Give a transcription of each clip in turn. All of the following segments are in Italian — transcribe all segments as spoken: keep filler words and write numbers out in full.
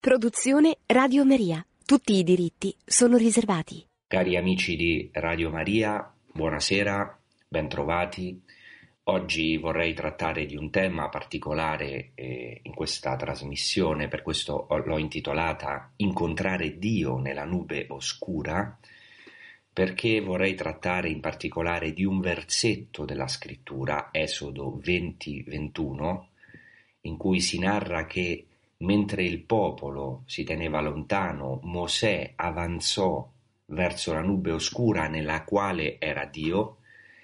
Produzione Radio Maria. Tutti i diritti sono riservati. Cari amici di Radio Maria, buonasera, bentrovati. Oggi vorrei trattare di un tema particolare eh, in questa trasmissione, per questo l'ho intitolata Incontrare Dio nella nube oscura, perché vorrei trattare in particolare di un versetto della scrittura, Esodo venti ventuno, in cui si narra che mentre il popolo si teneva lontano, Mosè avanzò verso la nube oscura nella quale era Dio,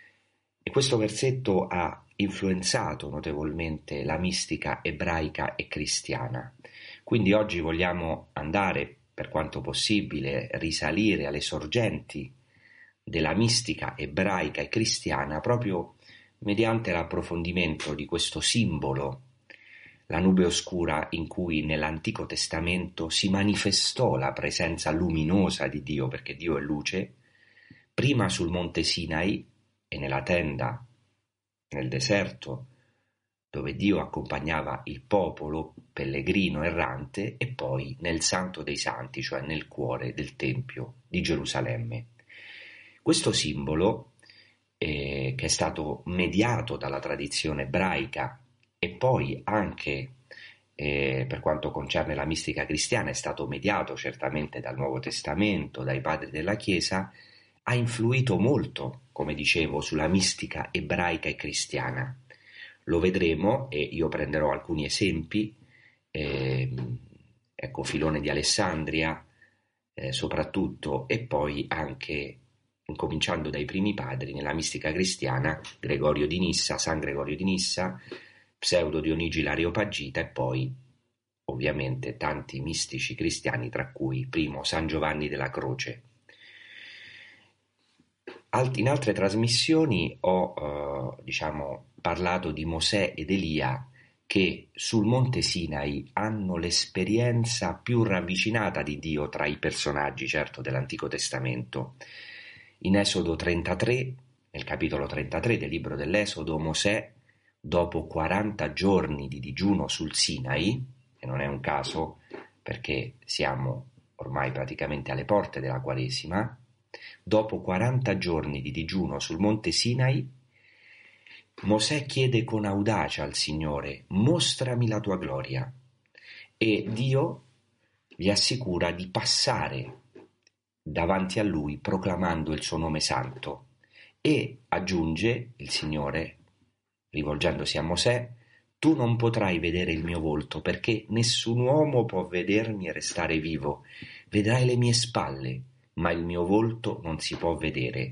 e questo versetto ha influenzato notevolmente la mistica ebraica e cristiana. Quindi oggi vogliamo andare, per quanto possibile, risalire alle sorgenti della mistica ebraica e cristiana proprio mediante l'approfondimento di questo simbolo, la nube oscura, in cui nell'Antico Testamento si manifestò la presenza luminosa di Dio, perché Dio è luce, prima sul monte Sinai e nella tenda nel deserto, dove Dio accompagnava il popolo pellegrino errante, e poi nel Santo dei Santi, cioè nel cuore del Tempio di Gerusalemme. Questo simbolo, eh, che è stato mediato dalla tradizione ebraica e poi anche eh, per quanto concerne la mistica cristiana è stato mediato certamente dal Nuovo Testamento, dai padri della Chiesa, ha influito molto, come dicevo, sulla mistica ebraica e cristiana. Lo vedremo e io prenderò alcuni esempi, eh, ecco Filone di Alessandria eh, soprattutto, e poi anche, incominciando dai primi padri, nella mistica cristiana, Gregorio di Nissa, San Gregorio di Nissa, Pseudo Dionigi l'Areopagita, e poi ovviamente tanti mistici cristiani, tra cui primo San Giovanni della Croce. In altre trasmissioni ho eh, diciamo, parlato di Mosè ed Elia, che sul monte Sinai hanno l'esperienza più ravvicinata di Dio tra i personaggi, certo, dell'Antico Testamento. In Esodo trentatré, nel capitolo trentatré del libro dell'Esodo, Mosè, dopo quaranta giorni di digiuno sul Sinai, e non è un caso perché siamo ormai praticamente alle porte della Quaresima, dopo quaranta giorni di digiuno sul monte Sinai, Mosè chiede con audacia al Signore: mostrami la tua gloria, e Dio gli assicura di passare davanti a lui proclamando il suo nome santo, e aggiunge il Signore, rivolgendosi a Mosè: tu non potrai vedere il mio volto, perché nessun uomo può vedermi e restare vivo. Vedrai le mie spalle, ma il mio volto non si può vedere.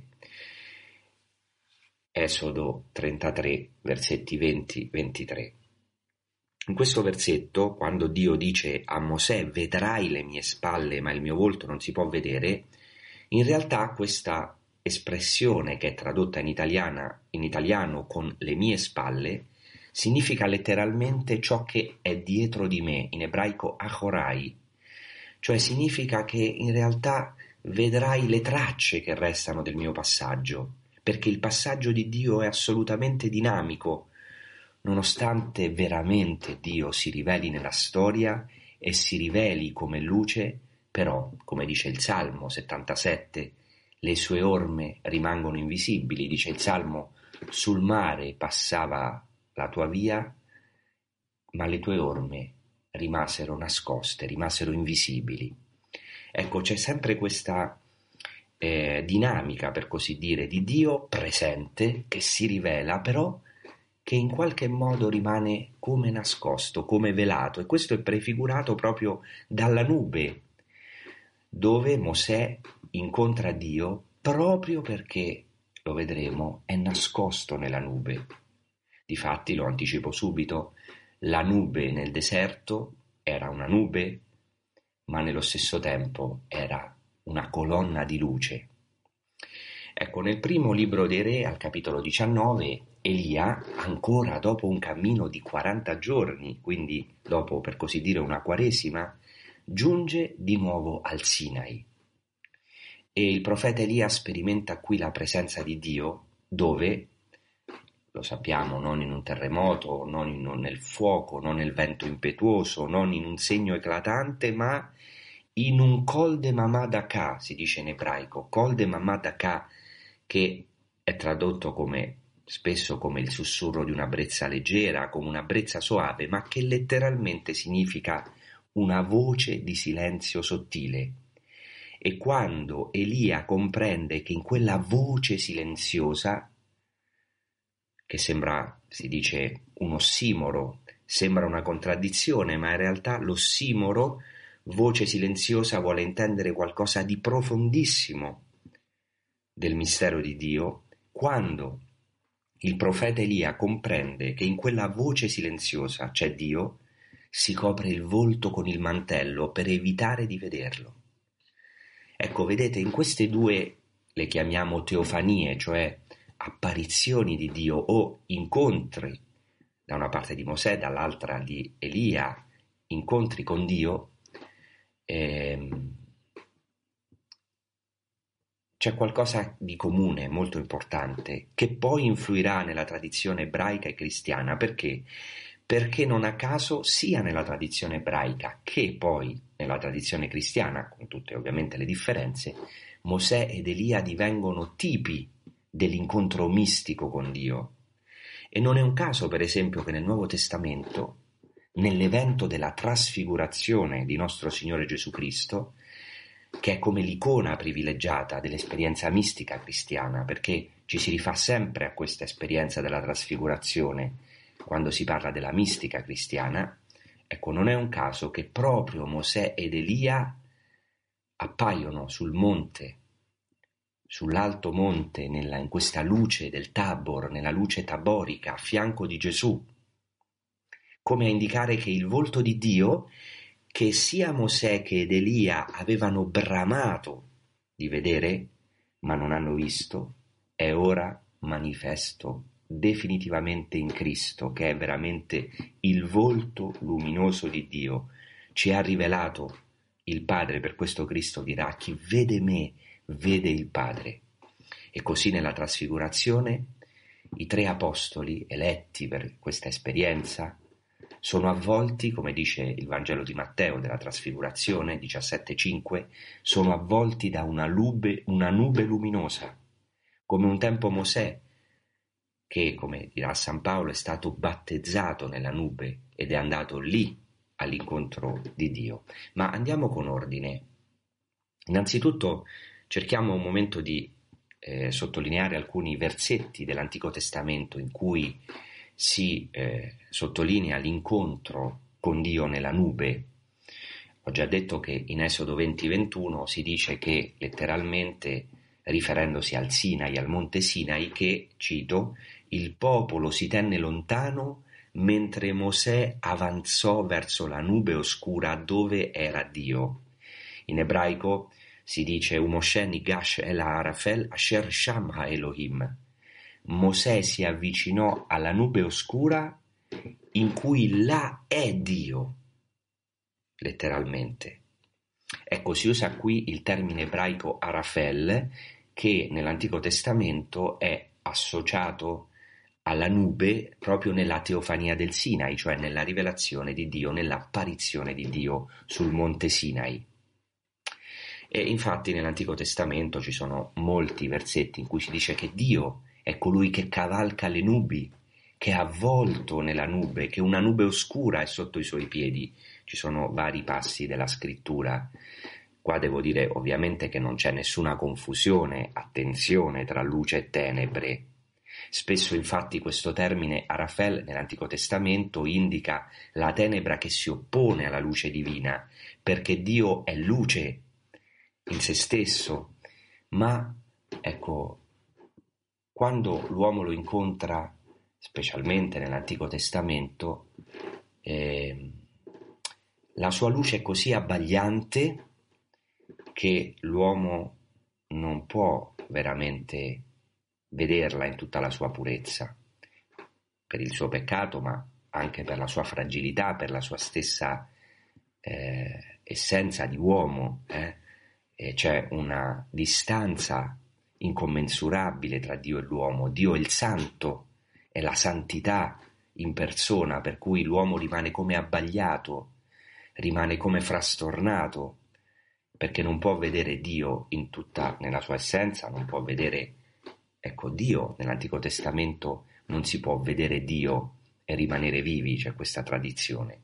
Esodo trentatré, versetti venti ventitré. In questo versetto, quando Dio dice a Mosè: vedrai le mie spalle, ma il mio volto non si può vedere, in realtà questa espressione, che è tradotta in italiana, in italiano con le mie spalle, significa letteralmente ciò che è dietro di me, in ebraico achorai, cioè significa che in realtà vedrai le tracce che restano del mio passaggio, perché il passaggio di Dio è assolutamente dinamico, nonostante veramente Dio si riveli nella storia e si riveli come luce, però, come dice il Salmo settantasette, le sue orme rimangono invisibili. Dice il Salmo: sul mare passava la tua via, ma le tue orme rimasero nascoste, rimasero invisibili. Ecco, c'è sempre questa eh, dinamica, per così dire, di Dio presente che si rivela, però che in qualche modo rimane come nascosto, come velato, e questo è prefigurato proprio dalla nube, dove Mosè incontra Dio proprio perché, lo vedremo, è nascosto nella nube. Difatti, lo anticipo subito, la nube nel deserto era una nube, ma nello stesso tempo era una colonna di luce. Ecco, nel primo libro dei Re, al capitolo diciannove, Elia, ancora dopo un cammino di quaranta giorni, quindi dopo, per così dire, una quaresima, giunge di nuovo al Sinai. E il profeta Elia sperimenta qui la presenza di Dio, dove lo sappiamo, non in un terremoto, non in, non nel fuoco, non nel vento impetuoso, non in un segno eclatante, ma in un kol de mamadaka, si dice in ebraico, kol de mamadaka, che è tradotto come spesso come il sussurro di una brezza leggera, come una brezza soave, ma che letteralmente significa una voce di silenzio sottile. E quando Elia comprende che in quella voce silenziosa, che sembra, si dice, un ossimoro, sembra una contraddizione, ma in realtà l'ossimoro, voce silenziosa, vuole intendere qualcosa di profondissimo del mistero di Dio. Quando il profeta Elia comprende che in quella voce silenziosa c'è Dio, si copre il volto con il mantello per evitare di vederlo. Ecco, vedete, in queste due le chiamiamo teofanie, cioè apparizioni di Dio o incontri, da una parte di Mosè, dall'altra di Elia, incontri con Dio, ehm, c'è qualcosa di comune molto importante che poi influirà nella tradizione ebraica e cristiana. Perché? Perché non a caso sia nella tradizione ebraica che poi nella tradizione cristiana, con tutte ovviamente le differenze, Mosè ed Elia divengono tipi dell'incontro mistico con Dio. E non è un caso, per esempio, che nel Nuovo Testamento, nell'evento della trasfigurazione di nostro Signore Gesù Cristo, che è come l'icona privilegiata dell'esperienza mistica cristiana, perché ci si rifà sempre a questa esperienza della trasfigurazione quando si parla della mistica cristiana. Ecco, non è un caso che proprio Mosè ed Elia appaiono sul monte, sull'alto monte, nella, in questa luce del Tabor, nella luce taborica, a fianco di Gesù, come a indicare che il volto di Dio, che sia Mosè che ed Elia avevano bramato di vedere, ma non hanno visto, è ora manifesto definitivamente in Cristo, che è veramente il volto luminoso di Dio. Ci ha rivelato il Padre, per questo Cristo dirà: chi vede me vede il Padre. E così nella trasfigurazione i tre apostoli eletti per questa esperienza sono avvolti, come dice il Vangelo di Matteo della trasfigurazione diciassette cinque, sono avvolti da una nube, una nube luminosa, come un tempo Mosè, che, come dirà San Paolo, è stato battezzato nella nube ed è andato lì all'incontro di Dio. Ma andiamo con ordine. Innanzitutto cerchiamo un momento di eh, sottolineare alcuni versetti dell'Antico Testamento in cui si eh, sottolinea l'incontro con Dio nella nube. Ho già detto che in Esodo venti ventuno si dice che, letteralmente, riferendosi al Sinai, al monte Sinai, che, cito, il popolo si tenne lontano mentre Mosè avanzò verso la nube oscura dove era Dio. In ebraico si dice Umoshe nigash el ha'arafel asher sham ha'Elohim. Mosè si avvicinò alla nube oscura in cui là è Dio, letteralmente. Ecco, si usa qui il termine ebraico arafel, che nell'Antico Testamento è associato alla nube proprio nella teofania del Sinai, cioè nella rivelazione di Dio, nell'apparizione di Dio sul monte Sinai. E infatti nell'Antico Testamento ci sono molti versetti in cui si dice che Dio è colui che cavalca le nubi, che è avvolto nella nube, che una nube oscura è sotto i suoi piedi. Ci sono vari passi della scrittura. Qua devo dire ovviamente che non c'è nessuna confusione, attenzione, tra luce e tenebre. Spesso infatti questo termine arafel nell'Antico Testamento indica la tenebra che si oppone alla luce divina, perché Dio è luce in se stesso, ma ecco, quando l'uomo lo incontra, specialmente nell'Antico Testamento, eh, la sua luce è così abbagliante che l'uomo non può veramente vederla in tutta la sua purezza, per il suo peccato, ma anche per la sua fragilità, per la sua stessa eh, essenza di uomo. Eh? E c'è una distanza incommensurabile tra Dio e l'uomo. Dio è il santo è la santità in persona, per cui l'uomo rimane come abbagliato, rimane come frastornato, perché non può vedere Dio in tutta, nella sua essenza, non può vedere, ecco, Dio. Nell'Antico Testamento non si può vedere Dio e rimanere vivi, c'è questa tradizione.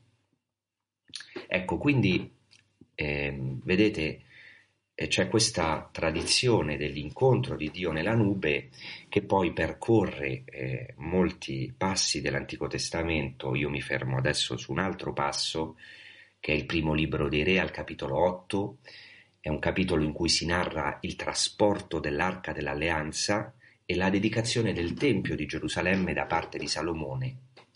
Ecco, quindi, eh, vedete, c'è questa tradizione dell'incontro di Dio nella nube che poi percorre eh, molti passi dell'Antico Testamento. Io mi fermo adesso su un altro passo, che è il primo libro dei Re, al capitolo otto. È un capitolo in cui si narra il trasporto dell'Arca dell'Alleanza e la dedicazione del Tempio di Gerusalemme da parte di Salomone.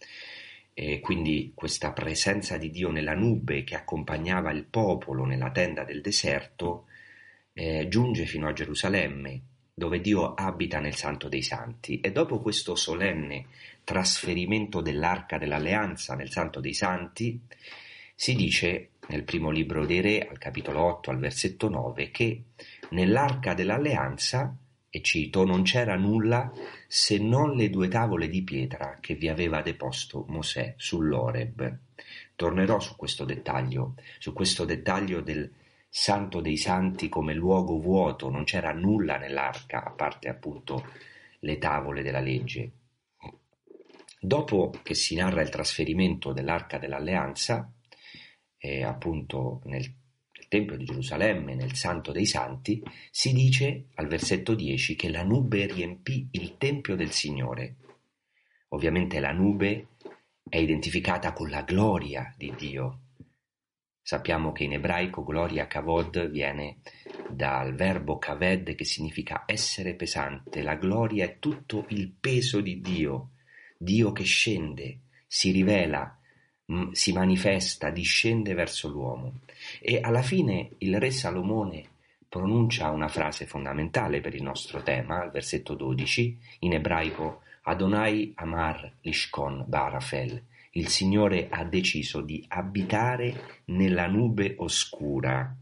E quindi questa presenza di Dio nella nube che accompagnava il popolo nella tenda del deserto eh, giunge fino a Gerusalemme, dove Dio abita nel Santo dei Santi. E dopo questo solenne trasferimento dell'Arca dell'Alleanza nel Santo dei Santi, si dice nel primo libro dei Re, al capitolo otto, al versetto nove, che nell'Arca dell'Alleanza, e cito, non c'era nulla se non le due tavole di pietra che vi aveva deposto Mosè sull'Oreb. Tornerò su questo dettaglio, su questo dettaglio del Santo dei Santi come luogo vuoto, non c'era nulla nell'arca, a parte appunto le tavole della legge. Dopo che si narra il trasferimento dell'Arca dell'Alleanza, eh, appunto nel Tempio di Gerusalemme, nel Santo dei Santi, si dice al versetto dieci che la nube riempì il Tempio del Signore. Ovviamente la nube è identificata con la gloria di Dio. Sappiamo che in ebraico gloria kavod viene dal verbo kaved, che significa essere pesante. La gloria è tutto il peso di Dio, Dio che scende, si rivela, mh, si manifesta, discende verso l'uomo. E alla fine il re Salomone pronuncia una frase fondamentale per il nostro tema, al versetto dodici, in ebraico Adonai Amar Lishkon Barafel. Il Signore ha deciso di abitare nella nube oscura.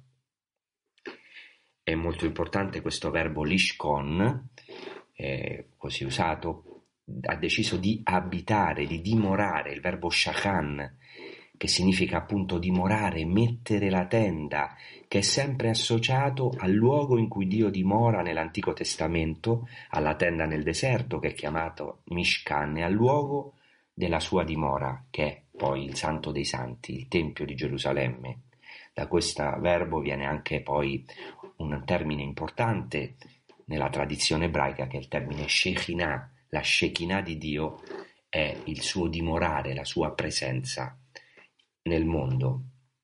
È molto importante questo verbo lishkon, eh, così usato, ha deciso di abitare, di dimorare, il verbo shachan, che significa appunto dimorare, mettere la tenda, che è sempre associato al luogo in cui Dio dimora nell'Antico Testamento, alla tenda nel deserto che è chiamato Mishkan, e al luogo della sua dimora, che è poi il Santo dei Santi, il Tempio di Gerusalemme. Da questo verbo viene anche poi un termine importante nella tradizione ebraica, che è il termine Shekinah. La Shekinah di Dio è il suo dimorare, la sua presenza nel mondo.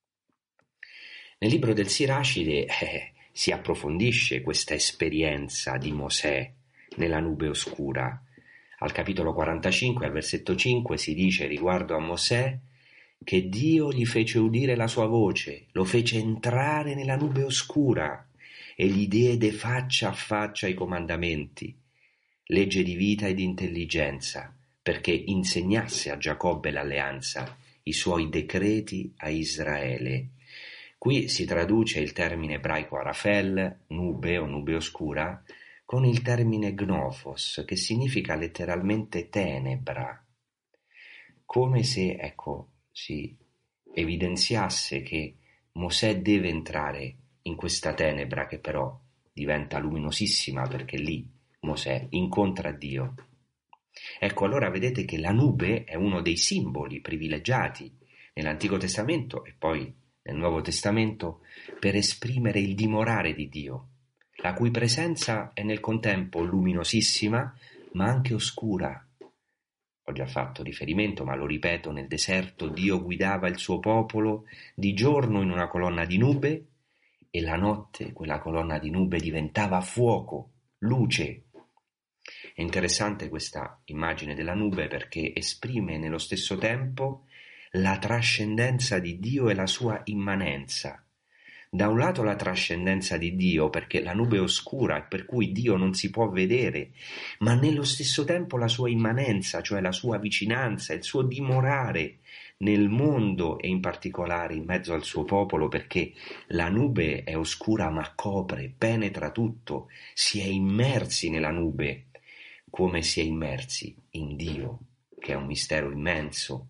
Nel libro del Siracide eh, si approfondisce questa esperienza di Mosè nella nube oscura. Al capitolo quarantacinque, al versetto cinque, si dice riguardo a Mosè che Dio gli fece udire la sua voce, lo fece entrare nella nube oscura e gli diede faccia a faccia i comandamenti, legge di vita e di intelligenza, perché insegnasse a Giacobbe l'alleanza, i suoi decreti a Israele. Qui si traduce il termine ebraico arafel, nube o nube oscura, con il termine gnofos, che significa letteralmente tenebra, come se, ecco, si evidenziasse che Mosè deve entrare in questa tenebra, che però diventa luminosissima perché lì Mosè incontra Dio. Ecco, allora vedete che la nube è uno dei simboli privilegiati nell'Antico Testamento e poi nel Nuovo Testamento per esprimere il dimorare di Dio, la cui presenza è nel contempo luminosissima ma anche oscura. Ho già fatto riferimento, ma lo ripeto, nel deserto Dio guidava il suo popolo di giorno in una colonna di nube e la notte quella colonna di nube diventava fuoco, luce. È interessante questa immagine della nube perché esprime nello stesso tempo la trascendenza di Dio e la sua immanenza. Da un lato la trascendenza di Dio, perché la nube è oscura e per cui Dio non si può vedere, ma nello stesso tempo la sua immanenza, cioè la sua vicinanza, il suo dimorare nel mondo e in particolare in mezzo al suo popolo, perché la nube è oscura ma copre, penetra tutto, si è immersi nella nube. come si è immersi in Dio, che è un mistero immenso,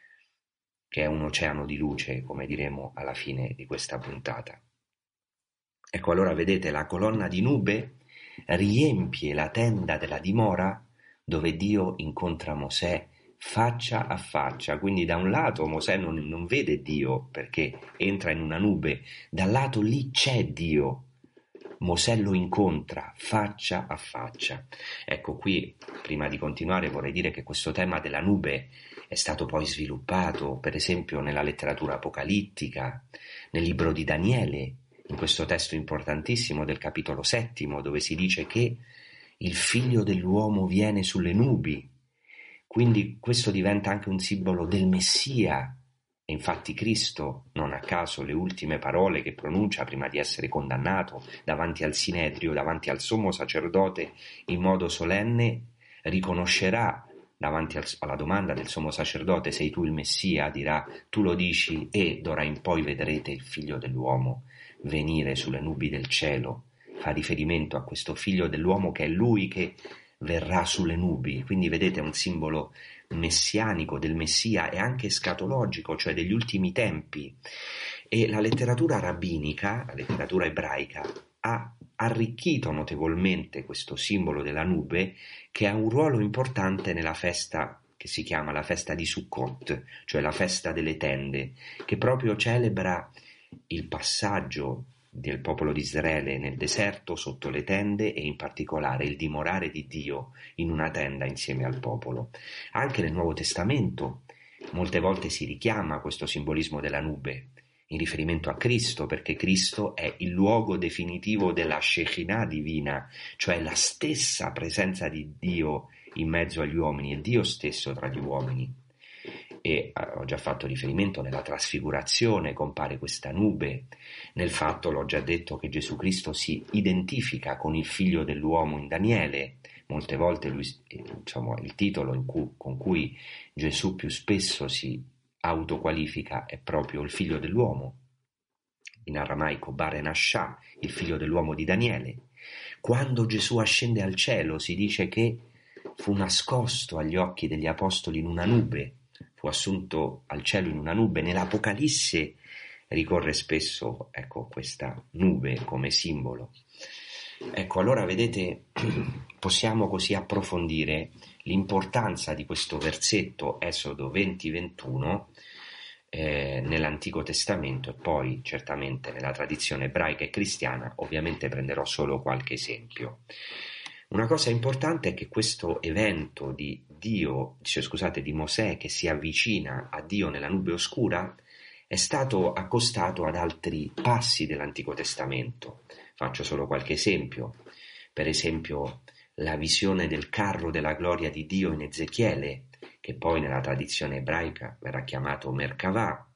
che è un oceano di luce, come diremo alla fine di questa puntata. Ecco, allora vedete, la colonna di nube riempie la tenda della dimora dove Dio incontra Mosè faccia a faccia. Quindi da un lato Mosè non, non vede Dio perché entra in una nube, dal lato lì c'è Dio. Mosè lo incontra faccia a faccia. Ecco, qui prima di continuare vorrei dire che questo tema della nube è stato poi sviluppato per esempio nella letteratura apocalittica, nel libro di Daniele, in questo testo importantissimo del capitolo settimo, dove si dice che il figlio dell'uomo viene sulle nubi. Quindi questo diventa anche un simbolo del Messia. E infatti Cristo, non a caso, le ultime parole che pronuncia prima di essere condannato davanti al Sinedrio, davanti al sommo sacerdote, in modo solenne, riconoscerà davanti al, alla domanda del sommo sacerdote: sei tu il Messia? Dirà: tu lo dici, e d'ora in poi vedrete il figlio dell'uomo venire sulle nubi del cielo. Fa riferimento a questo figlio dell'uomo che è lui che verrà sulle nubi. Quindi vedete, è un simbolo messianico del Messia e anche escatologico, cioè degli ultimi tempi. E la letteratura rabbinica, la letteratura ebraica, ha arricchito notevolmente questo simbolo della nube, che ha un ruolo importante nella festa che si chiama la festa di Sukkot, cioè la festa delle tende, che proprio celebra il passaggio del popolo di Israele nel deserto sotto le tende e in particolare il dimorare di Dio in una tenda insieme al popolo. Anche nel Nuovo Testamento molte volte si richiama questo simbolismo della nube in riferimento a Cristo, perché Cristo è il luogo definitivo della Shekinah divina, cioè la stessa presenza di Dio in mezzo agli uomini, è Dio stesso tra gli uomini. E ho già fatto riferimento, nella trasfigurazione compare questa nube, nel fatto, l'ho già detto, che Gesù Cristo si identifica con il figlio dell'uomo in Daniele. Molte volte lui, diciamo, il titolo in cui, con cui Gesù più spesso si autoqualifica è proprio il figlio dell'uomo, in aramaico Baren Ashah, il figlio dell'uomo di Daniele. Quando Gesù ascende al cielo si dice che fu nascosto agli occhi degli apostoli in una nube, fu assunto al cielo in una nube. Nell'Apocalisse ricorre spesso, ecco, questa nube come simbolo. Ecco, allora vedete, possiamo così approfondire l'importanza di questo versetto Esodo venti ventuno eh, nell'Antico Testamento e poi certamente nella tradizione ebraica e cristiana. Ovviamente prenderò solo qualche esempio. Una cosa importante è che questo evento di Dio, cioè, scusate, di Mosè che si avvicina a Dio nella nube oscura è stato accostato ad altri passi dell'Antico Testamento. Faccio solo qualche esempio. Per esempio la visione del carro della gloria di Dio in Ezechiele, che poi nella tradizione ebraica verrà chiamato Merkavah.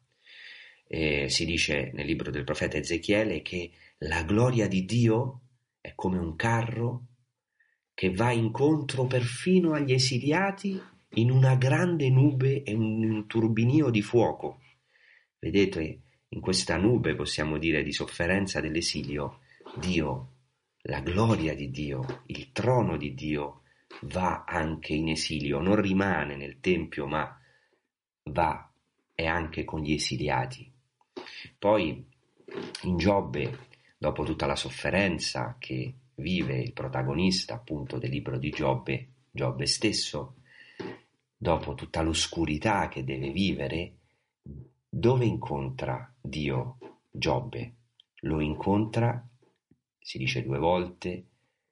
Eh, si dice nel libro del profeta Ezechiele che la gloria di Dio è come un carro che va incontro perfino agli esiliati in una grande nube e un turbinio di fuoco. Vedete, in questa nube, possiamo dire, di sofferenza dell'esilio, Dio, la gloria di Dio, il trono di Dio, va anche in esilio, non rimane nel tempio, ma va, è anche con gli esiliati. Poi in Giobbe, dopo tutta la sofferenza che vive il protagonista appunto del libro di Giobbe, Giobbe stesso, dopo tutta l'oscurità che deve vivere, dove incontra Dio Giobbe? Lo incontra, si dice due volte,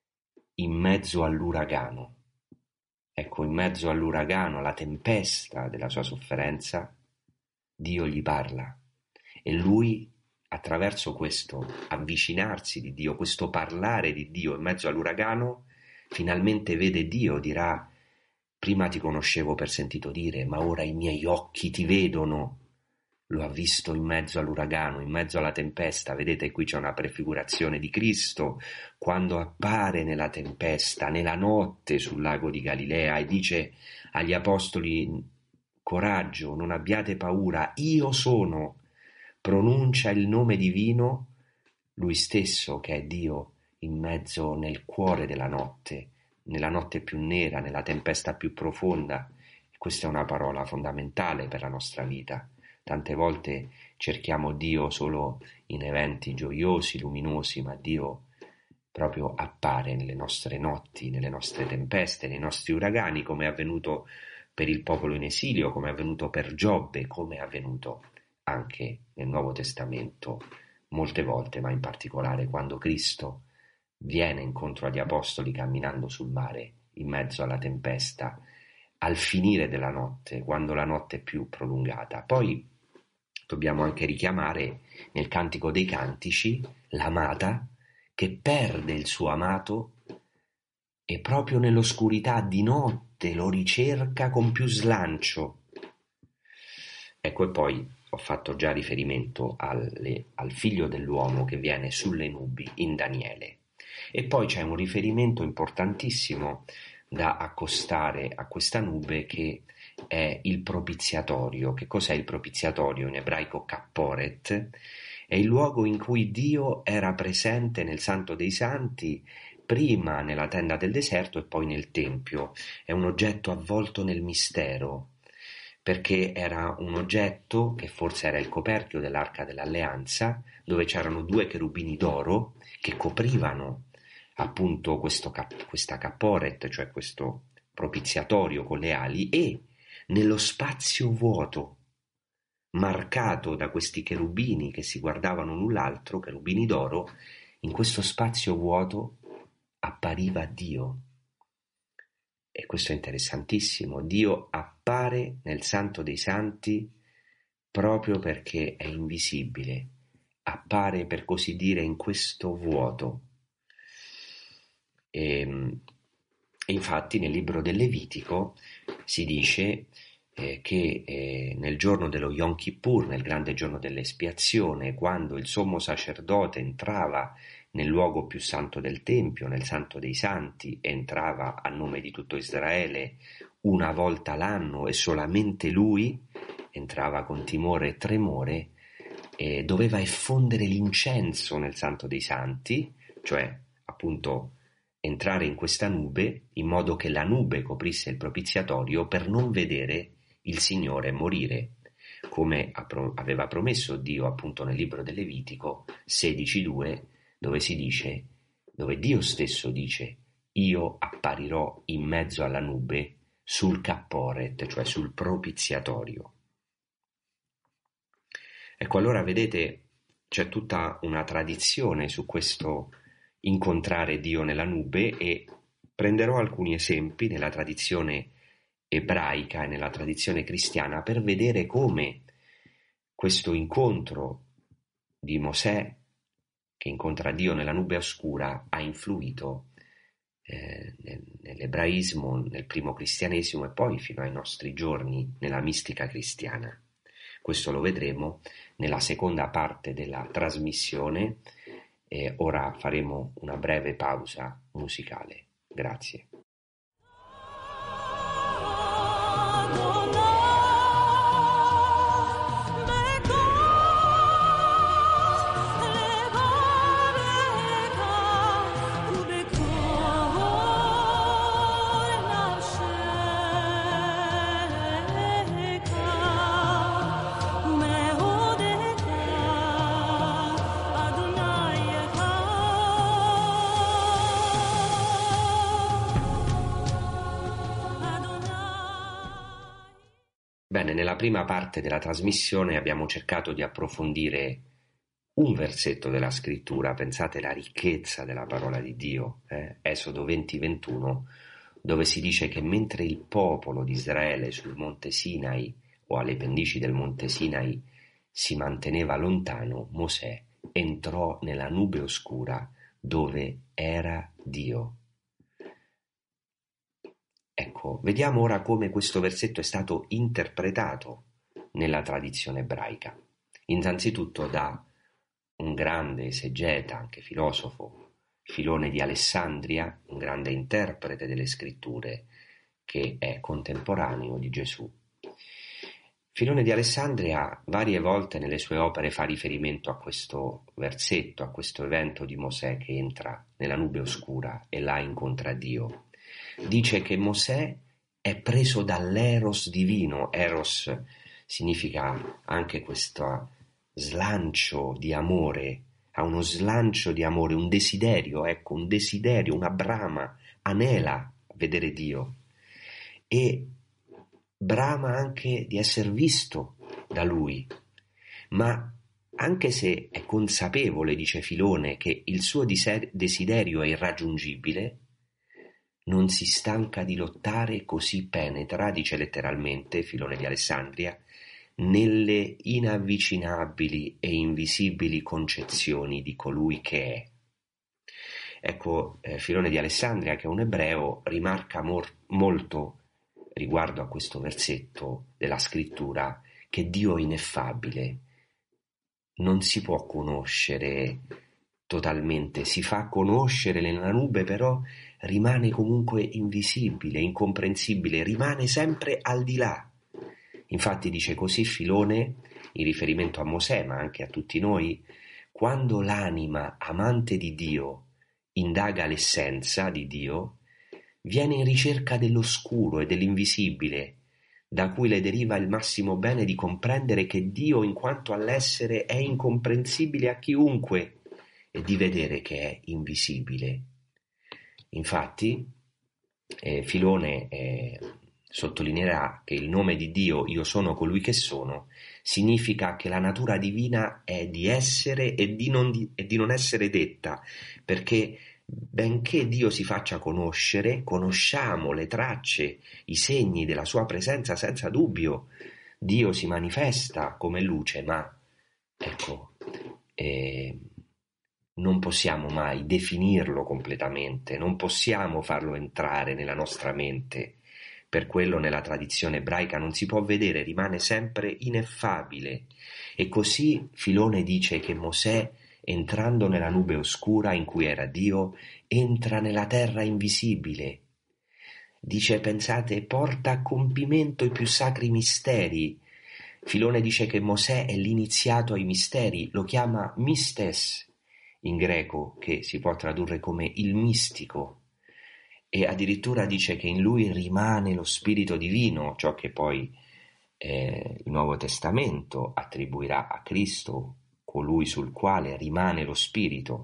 in mezzo all'uragano. Ecco, in mezzo all'uragano, alla tempesta della sua sofferenza, Dio gli parla e lui, attraverso questo avvicinarsi di Dio, questo parlare di Dio in mezzo all'uragano, finalmente vede Dio, dirà: prima ti conoscevo per sentito dire, ma ora i miei occhi ti vedono. Lo ha visto in mezzo all'uragano, in mezzo alla tempesta. Vedete, qui c'è una prefigurazione di Cristo quando appare nella tempesta, nella notte sul lago di Galilea e dice agli apostoli: coraggio, non abbiate paura, io sono. Pronuncia il nome divino, lui stesso che è Dio in mezzo nel cuore della notte, nella notte più nera, nella tempesta più profonda. Questa è una parola fondamentale per la nostra vita. Tante volte cerchiamo Dio solo in eventi gioiosi, luminosi, ma Dio proprio appare nelle nostre notti, nelle nostre tempeste, nei nostri uragani, come è avvenuto per il popolo in esilio, come è avvenuto per Giobbe, come è avvenuto anche nel Nuovo Testamento molte volte, ma in particolare quando Cristo viene incontro agli apostoli camminando sul mare in mezzo alla tempesta, al finire della notte, quando la notte è più prolungata. Poi dobbiamo anche richiamare nel Cantico dei Cantici l'amata che perde il suo amato e proprio nell'oscurità di notte lo ricerca con più slancio. Ecco, e poi ho fatto già riferimento alle, al figlio dell'uomo che viene sulle nubi in Daniele. E poi c'è un riferimento importantissimo da accostare a questa nube, che è il propiziatorio. Che cos'è il propiziatorio? In ebraico kapporet. È il luogo in cui Dio era presente nel Santo dei Santi, prima nella tenda del deserto e poi nel Tempio. È un oggetto avvolto nel mistero, perché era un oggetto che forse era il coperchio dell'Arca dell'Alleanza, dove c'erano due cherubini d'oro che coprivano appunto questo cap- questa kapporet, cioè questo propiziatorio con le ali, e nello spazio vuoto marcato da questi cherubini che si guardavano l'un l'altro, cherubini d'oro, in questo spazio vuoto appariva Dio. E questo è interessantissimo. Dio appare nel Santo dei Santi proprio perché è invisibile, appare per così dire in questo vuoto. E, infatti nel libro del Levitico si dice eh, che eh, nel giorno dello Yom Kippur, nel grande giorno dell'espiazione, quando il sommo sacerdote entrava nel luogo più santo del Tempio, nel Santo dei Santi, entrava a nome di tutto Israele una volta l'anno e solamente lui entrava con timore e tremore, e doveva effondere l'incenso nel Santo dei Santi, cioè appunto entrare in questa nube in modo che la nube coprisse il propiziatorio per non vedere il Signore morire, come aveva promesso Dio appunto nel libro del Levitico sedici due, dove si dice, dove Dio stesso dice: io apparirò in mezzo alla nube sul kapporet, cioè sul propiziatorio. Ecco, allora vedete, c'è tutta una tradizione su questo incontrare Dio nella nube, e prenderò alcuni esempi nella tradizione ebraica e nella tradizione cristiana per vedere come questo incontro di Mosè che incontra Dio nella nube oscura ha influito eh, nell'ebraismo, nel primo cristianesimo e poi fino ai nostri giorni nella mistica cristiana. Questo lo vedremo nella seconda parte della trasmissione. E ora faremo una breve pausa musicale. Grazie. Bene, nella prima parte della trasmissione abbiamo cercato di approfondire un versetto della scrittura. Pensate alla ricchezza della parola di Dio, eh? Esodo venti ventuno, dove si dice che mentre il popolo di Israele sul monte Sinai o alle pendici del monte Sinai si manteneva lontano, Mosè entrò nella nube oscura dove era Dio. Ecco, vediamo ora come questo versetto è stato interpretato nella tradizione ebraica. Innanzitutto da un grande esegeta, anche filosofo, Filone di Alessandria, un grande interprete delle scritture che è contemporaneo di Gesù. Filone di Alessandria varie volte nelle sue opere fa riferimento a questo versetto, a questo evento di Mosè che entra nella nube oscura e là incontra Dio. dice che Mosè è preso dall'eros divino. Eros significa anche questo slancio di amore, ha uno slancio di amore, un desiderio, ecco, un desiderio, una brama, anela a vedere Dio e brama anche di essere visto da Lui, ma anche se è consapevole, dice Filone, che il suo desiderio è irraggiungibile, non si stanca di lottare, così penetra, dice letteralmente Filone di Alessandria, nelle inavvicinabili e invisibili concezioni di colui che è. Ecco, eh, Filone di Alessandria, che è un ebreo, rimarca mor- molto riguardo a questo versetto della scrittura che Dio è ineffabile, non si può conoscere totalmente, si fa conoscere nella nube, però rimane comunque invisibile, incomprensibile, rimane sempre al di là. Infatti dice così Filone, in riferimento a Mosè, ma anche a tutti noi, quando l'anima amante di Dio indaga l'essenza di Dio, viene in ricerca dell'oscuro e dell'invisibile, da cui le deriva il massimo bene di comprendere che Dio, in quanto all'essere, è incomprensibile a chiunque e di vedere che è invisibile. Infatti, eh, Filone eh, sottolineerà che il nome di Dio, io sono colui che sono, significa che la natura divina è di essere e di non, di, e di non essere detta, perché benché Dio si faccia conoscere, conosciamo le tracce, i segni della sua presenza senza dubbio. Dio si manifesta come luce, ma ecco, eh, non possiamo mai definirlo completamente, non possiamo farlo entrare nella nostra mente. Per quello nella tradizione ebraica non si può vedere, rimane sempre ineffabile. E così Filone dice che Mosè, entrando nella nube oscura in cui era Dio, entra nella terra invisibile. Dice, pensate, porta a compimento i più sacri misteri. Filone dice che Mosè è l'iniziato ai misteri, lo chiama mistes in greco, che si può tradurre come il mistico. E addirittura dice che in lui rimane lo Spirito Divino, ciò che poi eh, il Nuovo Testamento attribuirà a Cristo, colui sul quale rimane lo Spirito.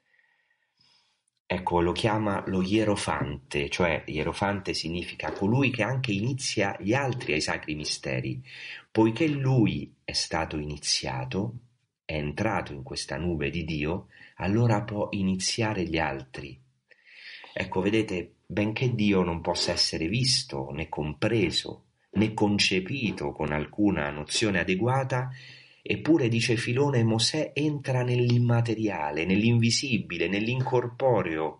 Ecco, lo chiama lo ierofante, cioè ierofante significa colui che anche inizia gli altri ai sacri misteri. Poiché lui è stato iniziato, è entrato in questa nube di Dio, allora può iniziare gli altri. Ecco, vedete, benché Dio non possa essere visto, né compreso, né concepito con alcuna nozione adeguata, eppure, dice Filone, Mosè entra nell'immateriale, nell'invisibile, nell'incorporeo,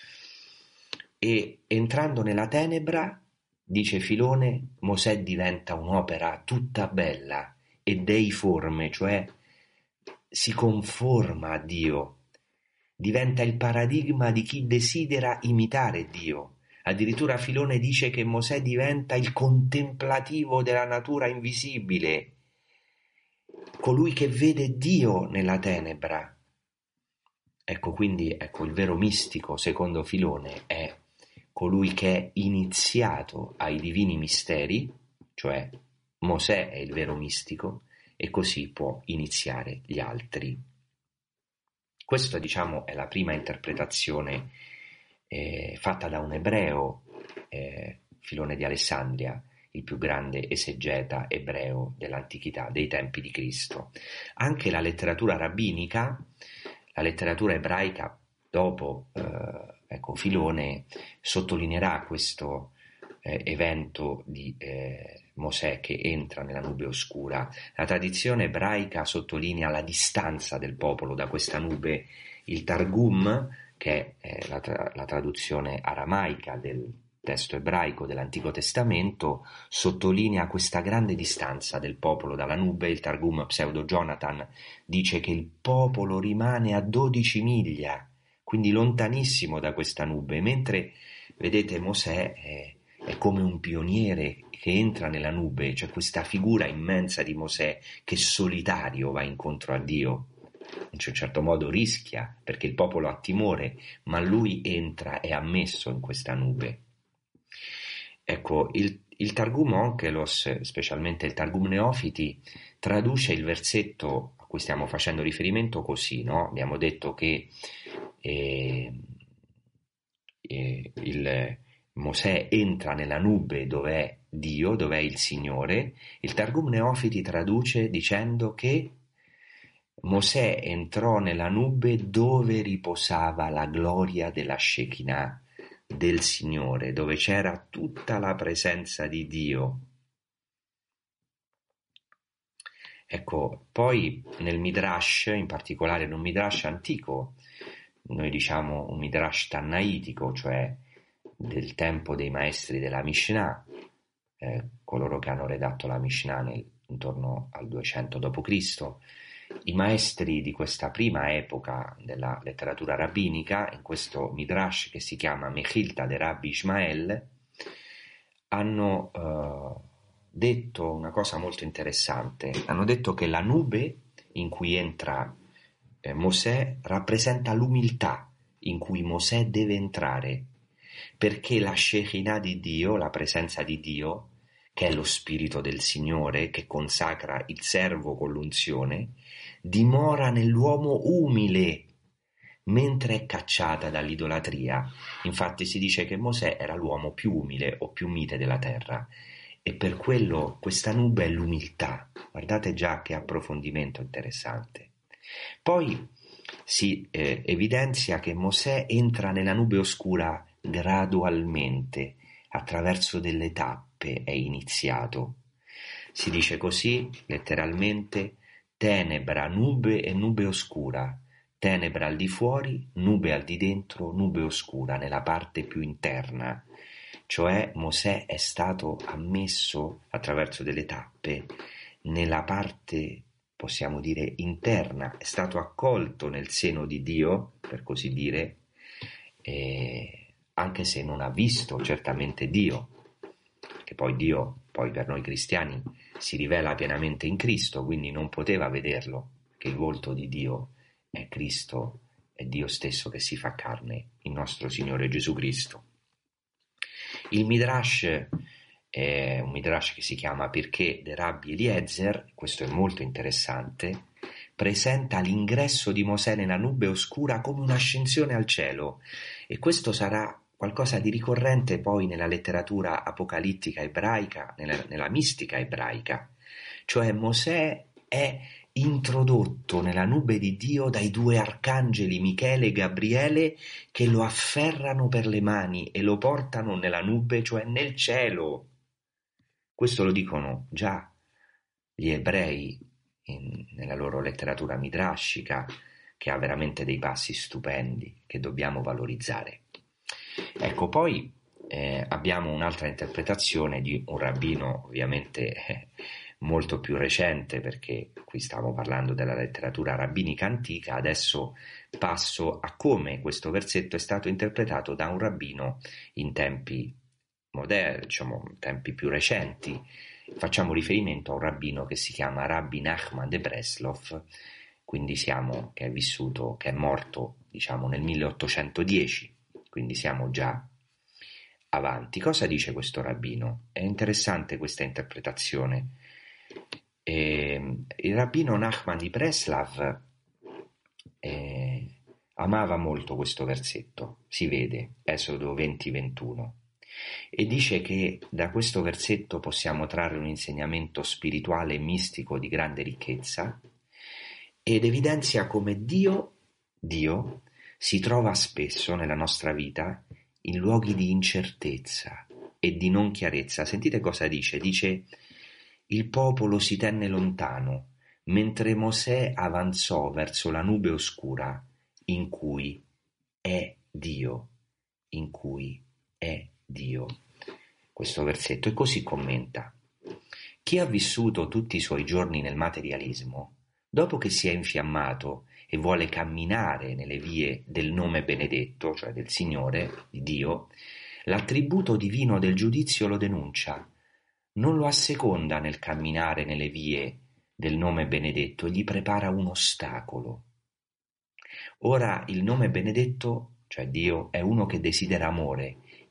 e entrando nella tenebra, dice Filone, Mosè diventa un'opera tutta bella e deiforme, cioè si conforma a Dio. Diventa il paradigma di chi desidera imitare Dio. Addirittura Filone dice che Mosè diventa il contemplativo della natura invisibile, colui che vede Dio nella tenebra. Ecco, quindi ecco, il vero mistico, secondo Filone, è colui che è iniziato ai divini misteri, cioè Mosè è il vero mistico, e così può iniziare gli altri. Questa, diciamo, è la prima interpretazione eh, fatta da un ebreo, eh, Filone di Alessandria, il più grande esegeta ebreo dell'antichità, dei tempi di Cristo. Anche la letteratura rabbinica, la letteratura ebraica, dopo eh, ecco, Filone sottolineerà questo eh, evento di eh, Mosè che entra nella nube oscura. La tradizione ebraica sottolinea la distanza del popolo da questa nube. Il Targum, che è la, tra- la traduzione aramaica del testo ebraico dell'Antico Testamento, sottolinea questa grande distanza del popolo dalla nube. Il Targum Pseudo Jonathan dice che il popolo rimane a dodici miglia, quindi lontanissimo da questa nube, mentre vedete Mosè è, è come un pioniere che entra nella nube, cioè questa figura immensa di Mosè che solitario va incontro a Dio. In un certo modo rischia perché il popolo ha timore, ma lui entra, è ammesso in questa nube. Ecco, il, il Targum Onkelos, specialmente il Targum Neofiti, traduce il versetto a cui stiamo facendo riferimento così, no? Abbiamo detto che eh, eh, il Mosè entra nella nube dov'è Dio, dov'è il Signore. Il Targum Neofiti traduce dicendo che Mosè entrò nella nube dove riposava la gloria della Shekinah del Signore, dove c'era tutta la presenza di Dio. Ecco, poi nel Midrash, in particolare in un Midrash antico, noi diciamo un Midrash tannaitico, cioè del tempo dei maestri della Mishnah, eh, coloro che hanno redatto la Mishnah nel, intorno al duecento dopo Cristo, i maestri di questa prima epoca della letteratura rabbinica, in questo Midrash che si chiama Mechilta de Rabbi Ishmael, hanno eh, detto una cosa molto interessante. Hanno detto che la nube in cui entra eh, Mosè rappresenta l'umiltà in cui Mosè deve entrare, perché la Shekinah di Dio, la presenza di Dio, che è lo spirito del Signore che consacra il servo con l'unzione, dimora nell'uomo umile mentre è cacciata dall'idolatria. Infatti si dice che Mosè era l'uomo più umile o più mite della terra, e per quello questa nube è l'umiltà. Guardate già che approfondimento interessante. Poi si eh, evidenzia che Mosè entra nella nube oscura gradualmente, attraverso delle tappe è iniziato. Si dice così, letteralmente, tenebra, nube e nube oscura, tenebra al di fuori, nube al di dentro, nube oscura nella parte più interna. Cioè Mosè è stato ammesso attraverso delle tappe nella parte, possiamo dire, interna, è stato accolto nel seno di Dio, per così dire, eh, anche se non ha visto certamente Dio, che poi Dio, poi per noi cristiani, si rivela pienamente in Cristo, quindi non poteva vederlo, che il volto di Dio è Cristo, è Dio stesso che si fa carne, il nostro Signore Gesù Cristo. Il Midrash è un Midrash che si chiama Perché de Rabbi Eliezer, questo è molto interessante, presenta l'ingresso di Mosè nella nube oscura come un'ascensione al cielo, e questo sarà qualcosa di ricorrente poi nella letteratura apocalittica ebraica, nella, nella mistica ebraica, cioè Mosè è introdotto nella nube di Dio dai due arcangeli Michele e Gabriele, che lo afferrano per le mani e lo portano nella nube, cioè nel cielo. Questo lo dicono già gli ebrei in, nella loro letteratura midrashica, che ha veramente dei passi stupendi che dobbiamo valorizzare. Ecco, poi eh, abbiamo un'altra interpretazione di un rabbino ovviamente eh, molto più recente, perché qui stiamo parlando della letteratura rabbinica antica. Adesso passo a come questo versetto è stato interpretato da un rabbino in tempi moderni, diciamo tempi più recenti. Facciamo riferimento a un rabbino che si chiama Rabbi Nachman de Breslov, quindi siamo, che è vissuto, che è morto diciamo nel milleottocentodieci, quindi siamo già avanti. Cosa dice questo rabbino? È interessante questa interpretazione. Eh, il rabbino Nachman di Breslav eh, amava molto questo versetto, si vede, Esodo venti ventuno, e dice che da questo versetto possiamo trarre un insegnamento spirituale e mistico di grande ricchezza, ed evidenzia come Dio, Dio si trova spesso nella nostra vita in luoghi di incertezza e di non chiarezza. Sentite cosa dice, dice: il popolo si tenne lontano mentre Mosè avanzò verso la nube oscura in cui è Dio, in cui è Dio. Questo versetto, e così commenta: chi ha vissuto tutti i suoi giorni nel materialismo, dopo che si è infiammato e vuole camminare nelle vie del nome benedetto, cioè del Signore, di Dio, l'attributo divino del giudizio lo denuncia, non lo asseconda nel camminare nelle vie del nome benedetto e gli prepara un ostacolo. Ora il nome benedetto, cioè Dio, è uno che desidera amore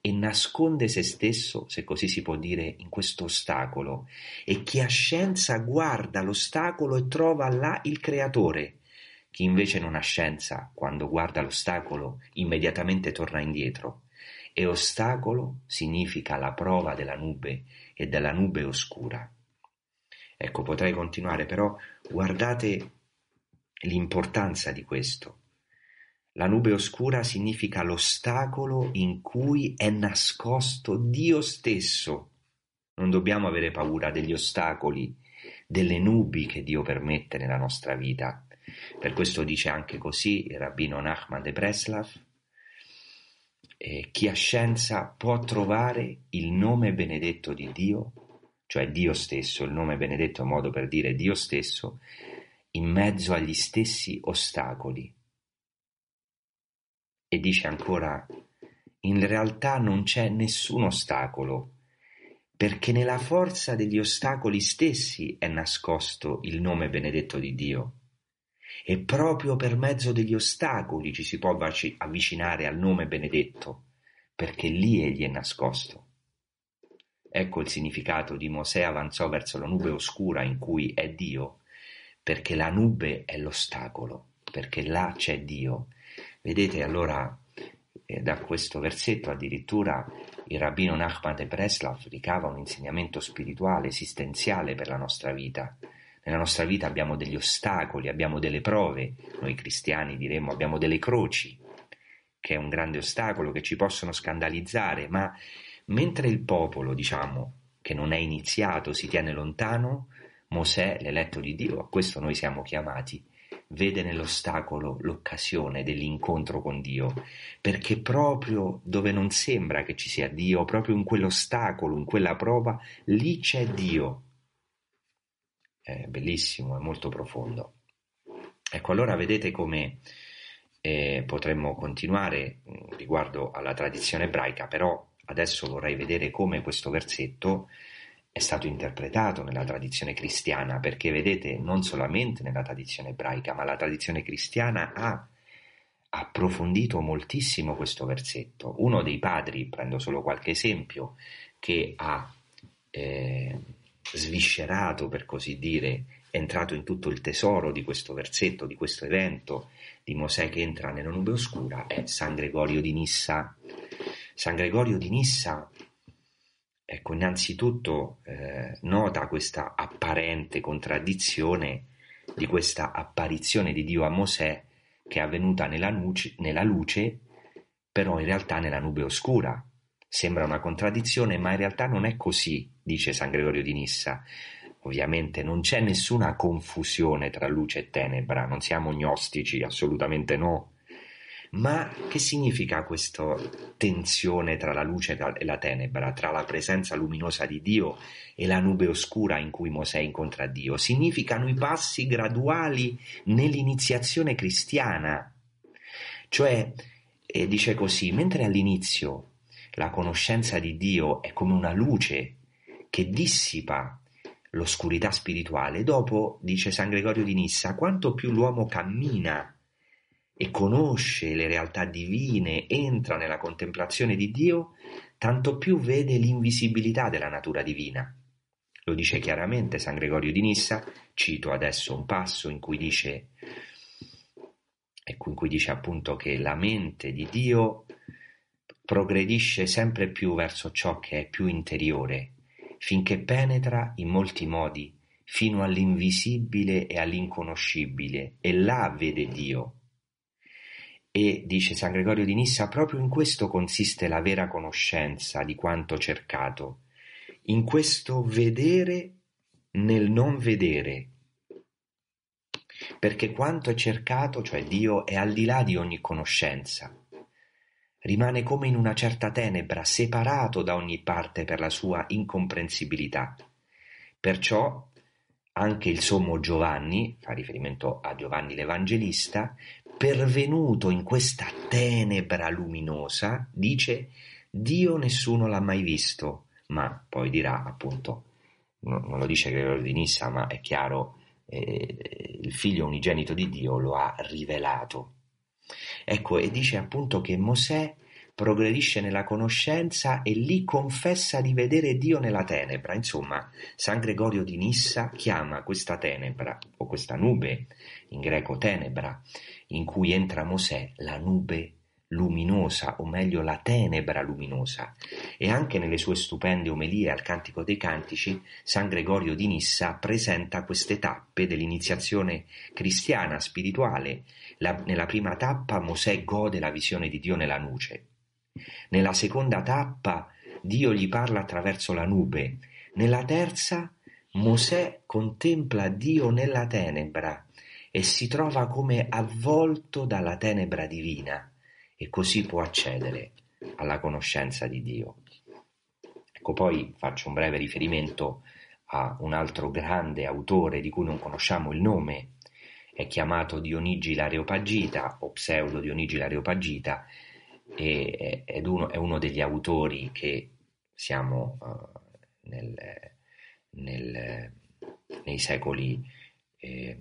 e nasconde se stesso, se così si può dire, in questo ostacolo, e chi ha scienza guarda l'ostacolo e trova là il creatore. Chi invece non ha scienza, quando guarda l'ostacolo, immediatamente torna indietro. E ostacolo significa la prova della nube e della nube oscura. Ecco, potrei continuare, però guardate l'importanza di questo. La nube oscura significa l'ostacolo in cui è nascosto Dio stesso. Non dobbiamo avere paura degli ostacoli, delle nubi che Dio permette nella nostra vita. Per questo dice anche così il rabbino Nachman de Breslav: eh, chi ha scienza può trovare il nome benedetto di Dio, cioè Dio stesso, il nome benedetto è un modo per dire Dio stesso, in mezzo agli stessi ostacoli. E dice ancora: in realtà non c'è nessun ostacolo, perché nella forza degli ostacoli stessi è nascosto il nome benedetto di Dio. E proprio per mezzo degli ostacoli ci si può avvicinare al nome benedetto, perché lì egli è nascosto. Ecco il significato di Mosè avanzò verso la nube oscura in cui è Dio, perché la nube è l'ostacolo, perché là c'è Dio. Vedete, allora, eh, da questo versetto addirittura il rabbino Nachman de Breslav ricava un insegnamento spirituale, esistenziale per la nostra vita. Nella nostra vita abbiamo degli ostacoli, abbiamo delle prove, noi cristiani diremmo abbiamo delle croci, che è un grande ostacolo, che ci possono scandalizzare, ma mentre il popolo, diciamo, che non è iniziato, si tiene lontano, Mosè, l'eletto di Dio, a questo noi siamo chiamati, vede nell'ostacolo l'occasione dell'incontro con Dio, perché proprio dove non sembra che ci sia Dio, proprio in quell'ostacolo, in quella prova, lì c'è Dio. È bellissimo, è molto profondo. Ecco, allora vedete come eh, potremmo continuare mh, riguardo alla tradizione ebraica, però adesso vorrei vedere come questo versetto è stato interpretato nella tradizione cristiana, perché vedete, non solamente nella tradizione ebraica, ma la tradizione cristiana ha approfondito moltissimo questo versetto. Uno dei padri, prendo solo qualche esempio, che ha eh, sviscerato, per così dire, è entrato in tutto il tesoro di questo versetto, di questo evento di Mosè che entra nella nube oscura, è San Gregorio di Nissa. San Gregorio di Nissa, ecco, innanzitutto eh, nota questa apparente contraddizione di questa apparizione di Dio a Mosè che è avvenuta nella luce, nella luce, però in realtà nella nube oscura. Sembra una contraddizione, ma in realtà non è così, dice San Gregorio di Nissa. Ovviamente non c'è nessuna confusione tra luce e tenebra, non siamo gnostici, assolutamente no. Ma che significa questa tensione tra la luce e la tenebra, tra la presenza luminosa di Dio e la nube oscura in cui Mosè incontra Dio? Significano i passi graduali nell'iniziazione cristiana. Cioè, eh, dice così, mentre all'inizio la conoscenza di Dio è come una luce che dissipa l'oscurità spirituale, dopo, dice San Gregorio di Nissa, quanto più l'uomo cammina e conosce le realtà divine, entra nella contemplazione di Dio, tanto più vede l'invisibilità della natura divina. Lo dice chiaramente San Gregorio di Nissa, cito adesso un passo in cui dice, ecco, in cui dice appunto che la mente di Dio progredisce sempre più verso ciò che è più interiore, finché penetra in molti modi fino all'invisibile e all'inconoscibile, e là vede Dio. E, dice San Gregorio di Nissa, proprio in questo consiste la vera conoscenza di quanto cercato, in questo vedere nel non vedere, perché quanto è cercato, cioè Dio, è al di là di ogni conoscenza. Rimane come in una certa tenebra, separato da ogni parte per la sua incomprensibilità. Perciò anche il sommo Giovanni, fa riferimento a Giovanni l'Evangelista, pervenuto in questa tenebra luminosa, dice: Dio nessuno l'ha mai visto, ma poi dirà appunto, no, non lo dice Gregorio di Nissa, ma è chiaro, eh, il figlio unigenito di Dio lo ha rivelato. Ecco, e dice appunto che Mosè progredisce nella conoscenza e lì confessa di vedere Dio nella tenebra. Insomma, San Gregorio di Nissa chiama questa tenebra, o questa nube, in greco tenebra, in cui entra Mosè, la nube luminosa, o meglio la tenebra luminosa. E anche nelle sue stupende omelie al Cantico dei Cantici, San Gregorio di Nissa presenta queste tappe dell'iniziazione cristiana, spirituale. La, nella prima tappa Mosè gode la visione di Dio nella nuce. Nella seconda tappa Dio gli parla attraverso la nube. Nella terza Mosè contempla Dio nella tenebra e si trova come avvolto dalla tenebra divina, e così può accedere alla conoscenza di Dio. Ecco, poi faccio un breve riferimento a un altro grande autore di cui non conosciamo il nome. È chiamato Dionigi l'Areopagita o pseudo Dionigi l'Areopagita, e è uno, è uno degli autori che siamo uh, nel, nel, nei secoli eh,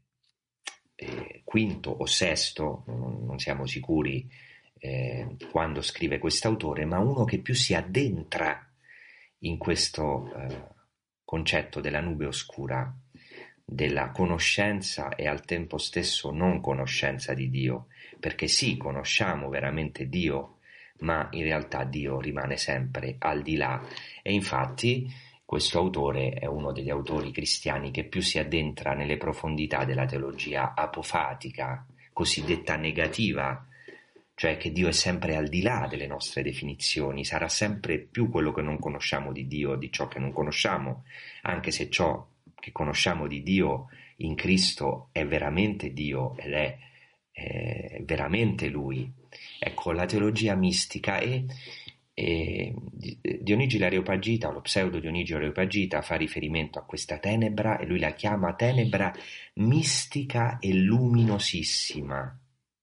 eh, quinto o sesto, non, non siamo sicuri eh, quando scrive quest'autore, ma uno che più si addentra in questo eh, concetto della nube oscura, della conoscenza e al tempo stesso non conoscenza di Dio, perché sì, conosciamo veramente Dio, ma in realtà Dio rimane sempre al di là. E infatti questo autore è uno degli autori cristiani che più si addentra nelle profondità della teologia apofatica, cosiddetta negativa, cioè che Dio è sempre al di là delle nostre definizioni, sarà sempre più quello che non conosciamo di Dio, di ciò che non conosciamo, anche se ciò che conosciamo di Dio in Cristo è veramente Dio ed è, è veramente Lui. Ecco, la teologia mistica e, e Dionigi l'Areopagita, o lo pseudo Dionigi l'Areopagita, fa riferimento a questa tenebra e lui la chiama tenebra mistica e luminosissima.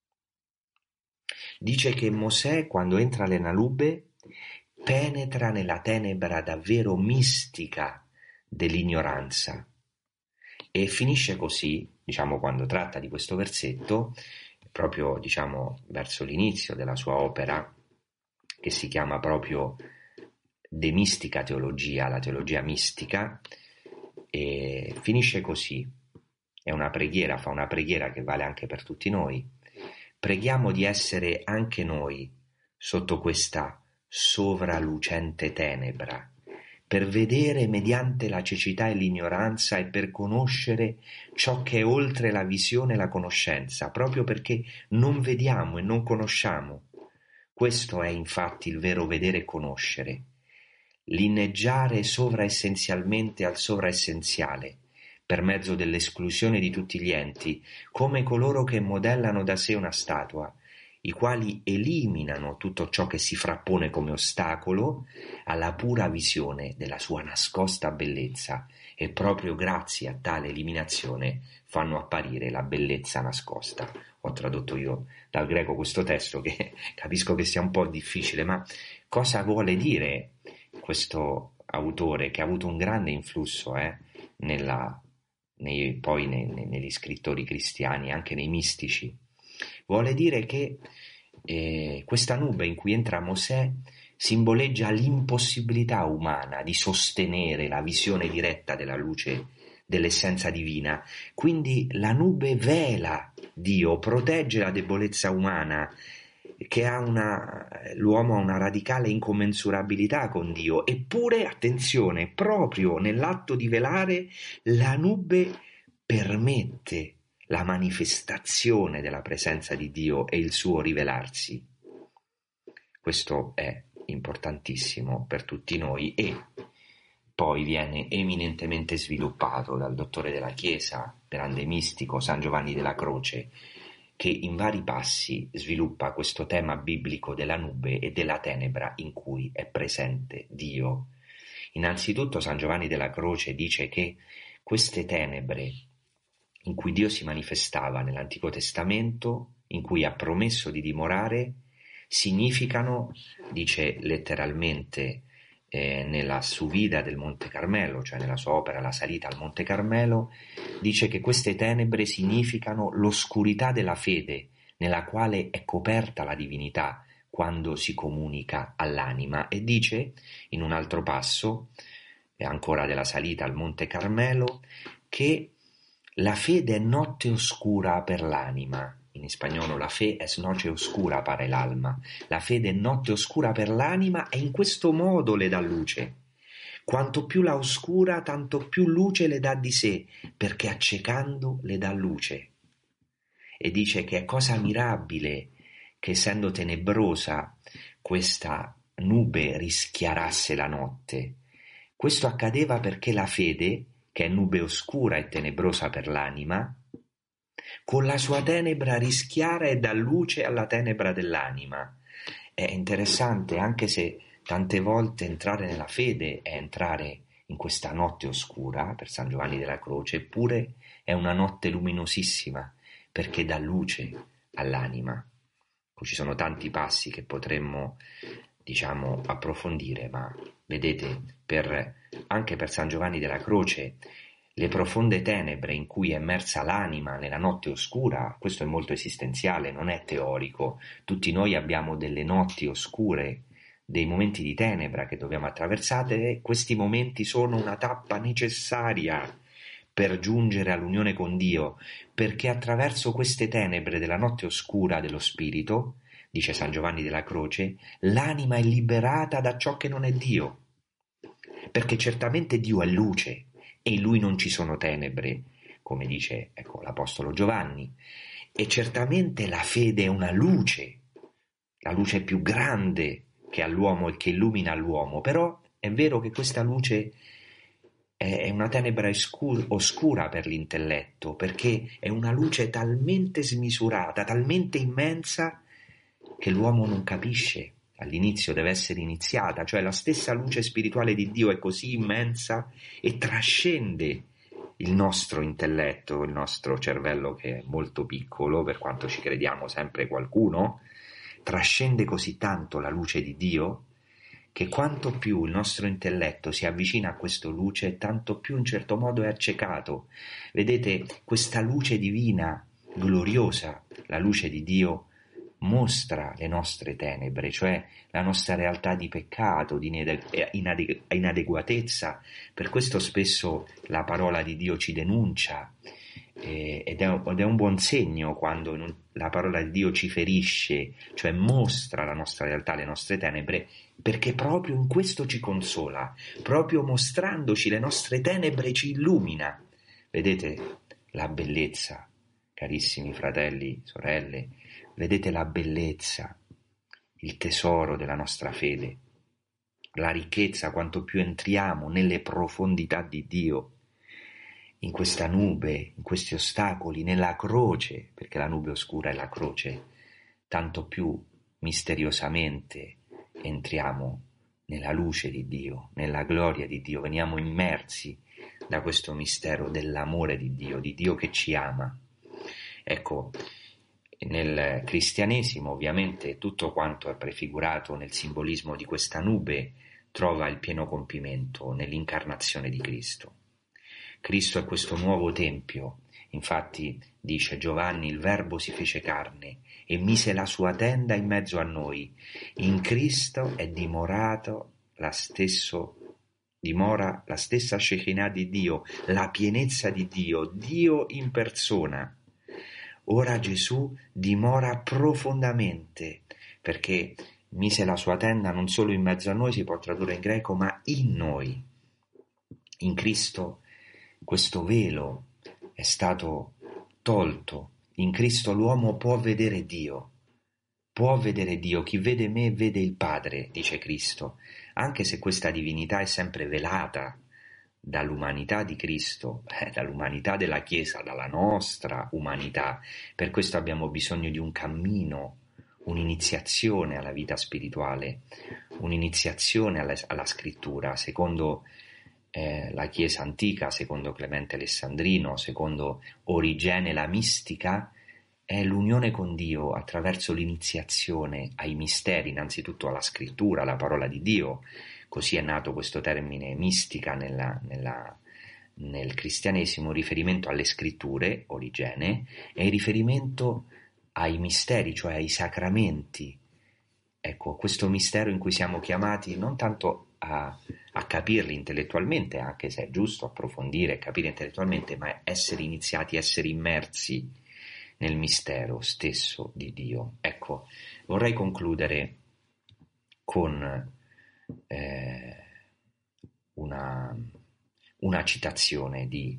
Dice che Mosè, quando entra nella nube, penetra nella tenebra davvero mistica dell'ignoranza, e finisce così, diciamo, quando tratta di questo versetto, proprio, diciamo, verso l'inizio della sua opera, che si chiama proprio De Mystica Theologia, la teologia mistica, e finisce così. È una preghiera, fa una preghiera che vale anche per tutti noi. Preghiamo di essere anche noi sotto questa sovralucente tenebra, per vedere mediante la cecità e l'ignoranza e per conoscere ciò che è oltre la visione e la conoscenza, proprio perché non vediamo e non conosciamo. Questo è infatti il vero vedere e conoscere, l'inneggiare sovraessenzialmente al sovraessenziale, per mezzo dell'esclusione di tutti gli enti, come coloro che modellano da sé una statua, i quali eliminano tutto ciò che si frappone come ostacolo alla pura visione della sua nascosta bellezza, e proprio grazie a tale eliminazione fanno apparire la bellezza nascosta. Ho tradotto io dal greco questo testo, che capisco che sia un po' difficile, ma cosa vuole dire questo autore, che ha avuto un grande influsso eh, nella, nei, poi nei, negli scrittori cristiani, anche nei mistici? Vuole dire che eh, questa nube in cui entra Mosè simboleggia l'impossibilità umana di sostenere la visione diretta della luce dell'essenza divina. Quindi la nube vela Dio, protegge la debolezza umana, che ha una, l'uomo ha una radicale incommensurabilità con Dio, eppure, attenzione, proprio nell'atto di velare, la nube permette la manifestazione della presenza di Dio e il suo rivelarsi. Questo è importantissimo per tutti noi, e poi viene eminentemente sviluppato dal dottore della Chiesa, grande mistico San Giovanni della Croce, che in vari passi sviluppa questo tema biblico della nube e della tenebra in cui è presente Dio. Innanzitutto San Giovanni della Croce dice che queste tenebre in cui Dio si manifestava nell'Antico Testamento, in cui ha promesso di dimorare, significano, dice letteralmente eh, nella Subida del Monte Carmelo, cioè nella sua opera La salita al Monte Carmelo, dice che queste tenebre significano l'oscurità della fede nella quale è coperta la divinità, quando si comunica all'anima, e dice in un altro passo, ancora della salita al Monte Carmelo, che la fede è notte oscura per l'anima. In spagnolo la fe es noche oscura para el alma. La fede è notte oscura per l'anima e in questo modo le dà luce. Quanto più la oscura, tanto più luce le dà di sé, perché accecando le dà luce. E dice che è cosa mirabile che, essendo tenebrosa, questa nube rischiarasse la notte. Questo accadeva perché la fede, che è nube oscura e tenebrosa per l'anima, con la sua tenebra rischiara e dà luce alla tenebra dell'anima. È interessante, anche se tante volte entrare nella fede è entrare in questa notte oscura per San Giovanni della Croce, eppure è una notte luminosissima perché dà luce all'anima. Ci sono tanti passi che potremmo, diciamo, approfondire, ma vedete, per, anche per San Giovanni della Croce, le profonde tenebre in cui è immersa l'anima nella notte oscura, questo è molto esistenziale, non è teorico. Tutti noi abbiamo delle notti oscure, dei momenti di tenebra che dobbiamo attraversare, e questi momenti sono una tappa necessaria per giungere all'unione con Dio, perché attraverso queste tenebre della notte oscura dello spirito, dice San Giovanni della Croce, l'anima è liberata da ciò che non è Dio, perché certamente Dio è luce e in Lui non ci sono tenebre, come dice, ecco, l'Apostolo Giovanni, e certamente la fede è una luce, la luce più grande che ha l'uomo e che illumina l'uomo, però è vero che questa luce è una tenebra oscura per l'intelletto, perché è una luce talmente smisurata, talmente immensa, che l'uomo non capisce. All'inizio deve essere iniziata, cioè la stessa luce spirituale di Dio è così immensa e trascende il nostro intelletto, il nostro cervello, che è molto piccolo, per quanto ci crediamo sempre qualcuno, trascende così tanto la luce di Dio, che quanto più il nostro intelletto si avvicina a questa luce, tanto più in certo modo è accecato. Vedete, questa luce divina, gloriosa, la luce di Dio, mostra le nostre tenebre, cioè la nostra realtà di peccato, di inade- inadeguatezza. Per questo spesso la parola di Dio ci denuncia, eh, ed, è, ed è un buon segno quando un, la parola di Dio ci ferisce, cioè mostra la nostra realtà, le nostre tenebre, perché proprio in questo ci consola, proprio mostrandoci le nostre tenebre ci illumina. Vedete la bellezza, carissimi fratelli, sorelle, vedete la bellezza, il tesoro della nostra fede, la ricchezza quanto più entriamo nelle profondità di Dio, in questa nube, in questi ostacoli, nella croce, perché la nube oscura è la croce, tanto più misteriosamente entriamo nella luce di Dio, nella gloria di Dio, veniamo immersi da questo mistero dell'amore di Dio, di Dio che ci ama. Ecco, nel cristianesimo ovviamente tutto quanto è prefigurato nel simbolismo di questa nube trova il pieno compimento nell'incarnazione di Cristo. Cristo è questo nuovo tempio, infatti dice Giovanni, il Verbo si fece carne e mise la sua tenda in mezzo a noi. In Cristo è dimorato la stesso, dimora la stessa Shekinah di Dio, la pienezza di Dio, Dio in persona. Ora Gesù dimora profondamente, perché mise la sua tenda non solo in mezzo a noi, si può tradurre in greco, ma in noi. In Cristo questo velo è stato tolto. In Cristo l'uomo può vedere Dio, può vedere Dio. Chi vede me vede il Padre, dice Cristo, anche se questa divinità è sempre velata dall'umanità di Cristo, eh, dall'umanità della Chiesa, dalla nostra umanità. Per questo abbiamo bisogno di un cammino, un'iniziazione alla vita spirituale, un'iniziazione alla, alla scrittura, secondo eh, la Chiesa antica, secondo Clemente Alessandrino, secondo Origene la mistica, è l'unione con Dio attraverso l'iniziazione ai misteri, innanzitutto alla scrittura, alla parola di Dio. Così è nato questo termine mistica nella, nella, nel cristianesimo, riferimento alle scritture, Origene, e riferimento ai misteri, cioè ai sacramenti, ecco, questo mistero in cui siamo chiamati non tanto a, a capirli intellettualmente, anche se è giusto approfondire e capire intellettualmente, ma essere iniziati, essere immersi nel mistero stesso di Dio. Ecco, vorrei concludere con eh, una, una citazione di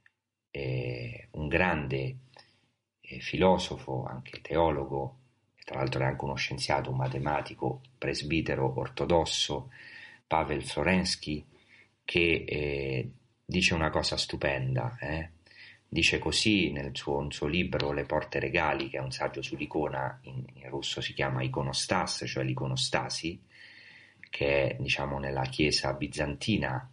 eh, un grande eh, filosofo, anche teologo, tra l'altro è anche uno scienziato, un matematico, presbitero ortodosso, Pavel Florensky, che eh, dice una cosa stupenda, eh? Dice così nel suo, nel suo libro Le porte regali, che è un saggio sull'icona, in, in russo si chiama iconostas, cioè l'iconostasi, che è, diciamo, nella chiesa bizantina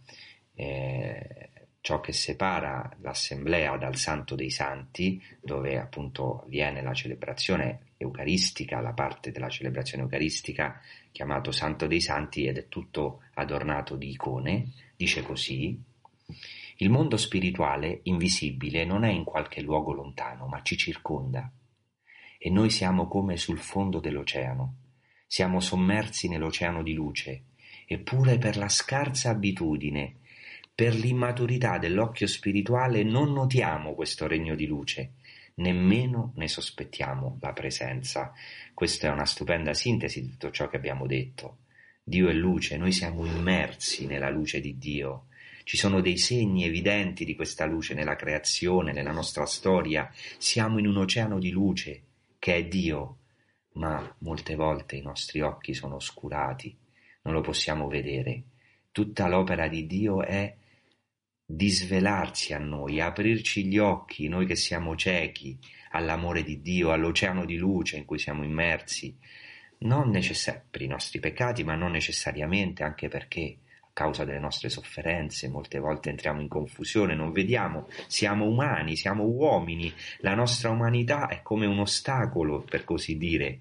eh, ciò che separa l'assemblea dal santo dei santi, dove appunto viene la celebrazione eucaristica, la parte della celebrazione eucaristica chiamato santo dei santi, ed è tutto adornato di icone. Dice così: il mondo spirituale invisibile non è in qualche luogo lontano, ma ci circonda, e noi siamo come sul fondo dell'oceano, siamo sommersi nell'oceano di luce, eppure per la scarsa abitudine, per l'immaturità dell'occhio spirituale non notiamo questo regno di luce, nemmeno ne sospettiamo la presenza. Questa è una stupenda sintesi di tutto ciò che abbiamo detto. Dio è luce, noi siamo immersi nella luce di Dio. Ci sono dei segni evidenti di questa luce nella creazione, nella nostra storia. Siamo in un oceano di luce che è Dio, ma molte volte i nostri occhi sono oscurati, non lo possiamo vedere. Tutta l'opera di Dio è di svelarsi a noi, aprirci gli occhi, noi che siamo ciechi, all'amore di Dio, all'oceano di luce in cui siamo immersi, non necessariamente per i nostri peccati, ma non necessariamente, anche perché a causa delle nostre sofferenze molte volte entriamo in confusione, non vediamo, siamo umani, siamo uomini, la nostra umanità è come un ostacolo, per così dire,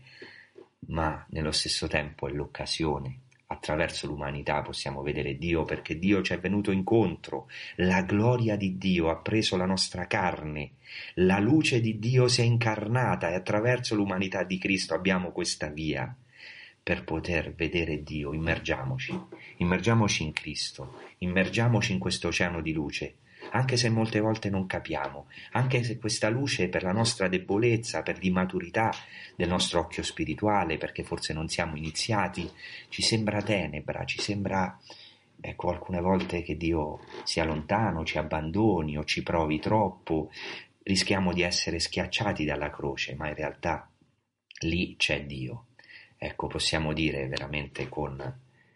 ma nello stesso tempo è l'occasione. Attraverso l'umanità possiamo vedere Dio, perché Dio ci è venuto incontro, la gloria di Dio ha preso la nostra carne, la luce di Dio si è incarnata e attraverso l'umanità di Cristo abbiamo questa via per poter vedere Dio. Immergiamoci, immergiamoci in Cristo, immergiamoci in questo oceano di luce, anche se molte volte non capiamo, anche se questa luce per la nostra debolezza, per l'immaturità del nostro occhio spirituale, perché forse non siamo iniziati, ci sembra tenebra, ci sembra, ecco, alcune volte che Dio sia lontano, ci abbandoni o ci provi troppo, rischiamo di essere schiacciati dalla croce, ma in realtà lì c'è Dio. Ecco, possiamo dire veramente con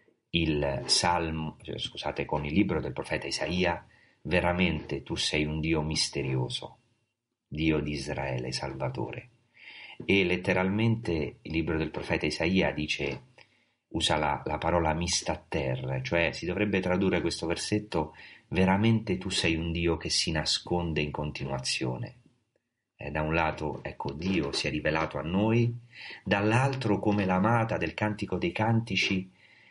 il Salmo, scusate, con il libro del profeta Isaia: veramente tu sei un Dio misterioso, Dio di Israele, Salvatore. E letteralmente il libro del profeta Isaia dice, usa la, la parola mistatter, cioè si dovrebbe tradurre questo versetto: veramente tu sei un Dio che si nasconde in continuazione. Eh, da un lato, ecco, Dio si è rivelato a noi, dall'altro, come l'amata del Cantico dei Cantici,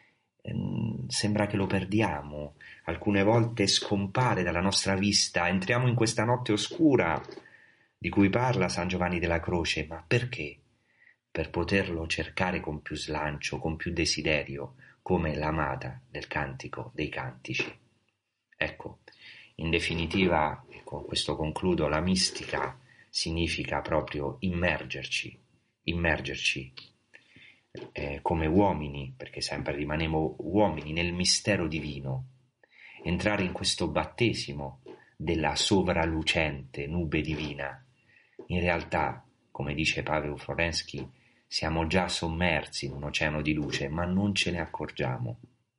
ehm, sembra che lo perdiamo, alcune volte scompare dalla nostra vista, entriamo in questa notte oscura di cui parla San Giovanni della Croce, ma perché? Per poterlo cercare con più slancio, con più desiderio, come l'amata del Cantico dei Cantici. Ecco, in definitiva, con questo concludo, la mistica significa proprio immergerci, immergerci eh, come uomini, perché sempre rimaniamo uomini, nel mistero divino, entrare in questo battesimo della sovralucente nube divina. In realtà, come dice Pavel Florensky, siamo già sommersi in un oceano di luce, ma non ce ne accorgiamo,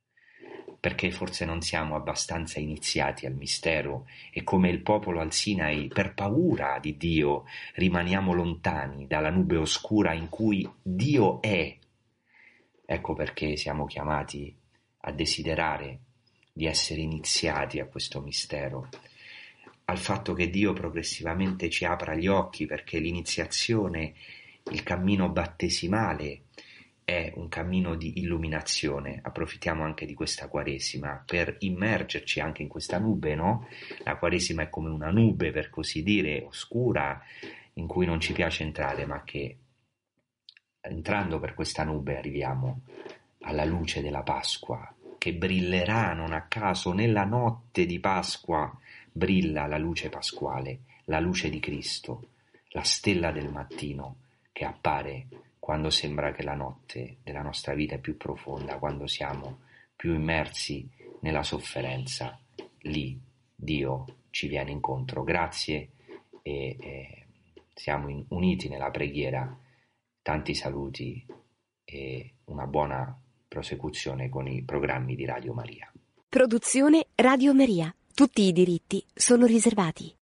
perché forse non siamo abbastanza iniziati al mistero e, come il popolo al Sinai, per paura di Dio rimaniamo lontani dalla nube oscura in cui Dio è. Ecco perché siamo chiamati a desiderare di essere iniziati a questo mistero, al fatto che Dio progressivamente ci apra gli occhi, perché l'iniziazione, il cammino battesimale, è un cammino di illuminazione. Approfittiamo anche di questa Quaresima per immergerci anche in questa nube, no? La Quaresima è come una nube, per così dire, oscura, in cui non ci piace entrare, ma che entrando per questa nube arriviamo alla luce della Pasqua, che brillerà non a caso nella notte di Pasqua. Brilla la luce pasquale, la luce di Cristo, la stella del mattino che appare quando sembra che la notte della nostra vita è più profonda, quando siamo più immersi nella sofferenza. Lì Dio ci viene incontro. Grazie e, e siamo in, uniti nella preghiera. Tanti saluti e una buona prosecuzione con i programmi di Radio Maria. Produzione Radio Maria. Tutti i diritti sono riservati.